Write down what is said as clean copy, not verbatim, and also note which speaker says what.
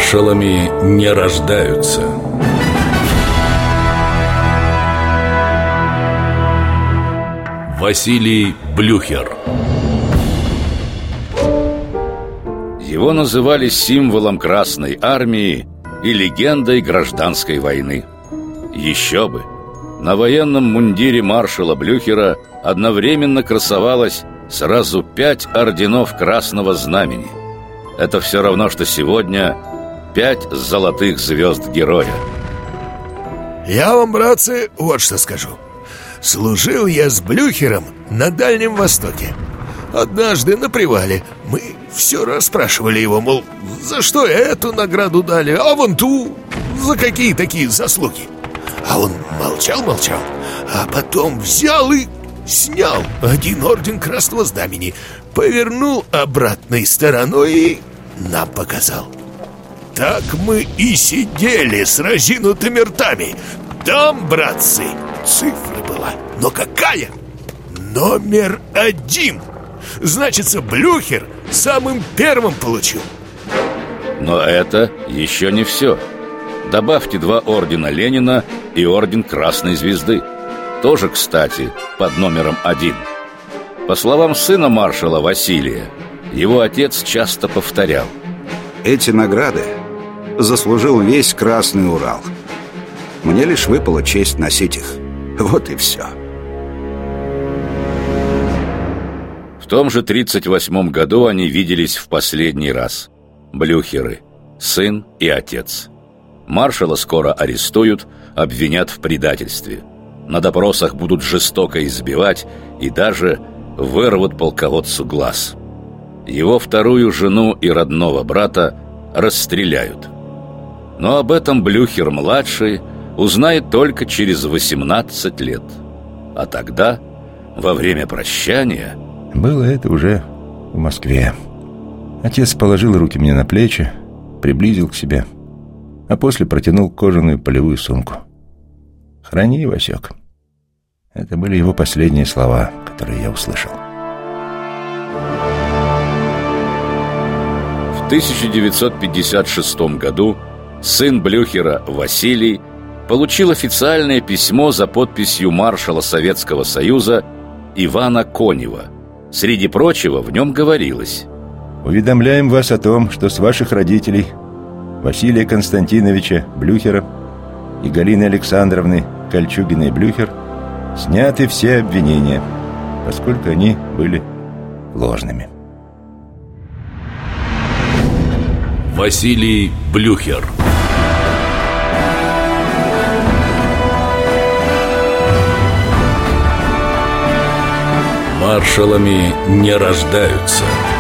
Speaker 1: Маршалами не рождаются. Василий Блюхер.
Speaker 2: Его называли символом Красной Армии и легендой гражданской войны. Еще бы! На военном мундире маршала Блюхера одновременно красовалось сразу 5 орденов Красного Знамени. Это все равно, что сегодня 5 золотых звезд Героя.
Speaker 3: Я вам, братцы, вот что скажу. Служил я с Блюхером на Дальнем Востоке. Однажды на привале мы все расспрашивали его, мол, за что эту награду дали, а вон ту, за какие такие заслуги. А он молчал, а потом взял и снял один орден Красного Знамени, повернул обратной стороной и нам показал. Так мы и сидели с разинутыми ртами. Там, братцы, цифра была. Но какая? Номер 1. Значится, Блюхер самым первым получил.
Speaker 2: Но это еще не все. Добавьте 2 ордена Ленина и орден Красной Звезды. Тоже, кстати, под номером 1. По словам сына маршала Василия, его отец часто повторял:
Speaker 4: эти награды заслужил весь Красный Урал. Мне лишь выпала честь носить их. Вот и все.
Speaker 2: В том же 1938 году они виделись в последний раз. Блюхеры, сын и отец. Маршала скоро арестуют, обвинят в предательстве. На допросах будут жестоко избивать и даже вырвут полководцу глаз. Его вторую жену и родного брата расстреляют. Но об этом Блюхер-младший узнает только через 18 лет. А тогда, во время прощания...
Speaker 5: Было это уже в Москве. Отец положил руки мне на плечи, приблизил к себе, а после протянул кожаную полевую сумку. «Храни, Васек». Это были его последние слова, которые я услышал.
Speaker 2: В 1956 году сын Блюхера Василий получил официальное письмо за подписью маршала Советского Союза Ивана Конева. Среди прочего в нем говорилось:
Speaker 5: «Уведомляем вас о том, что с ваших родителей Василия Константиновича Блюхера и Галины Александровны Кольчугиной-Блюхер сняты все обвинения, поскольку они были ложными».
Speaker 1: Василий Блюхер. Маршалами не рождаются.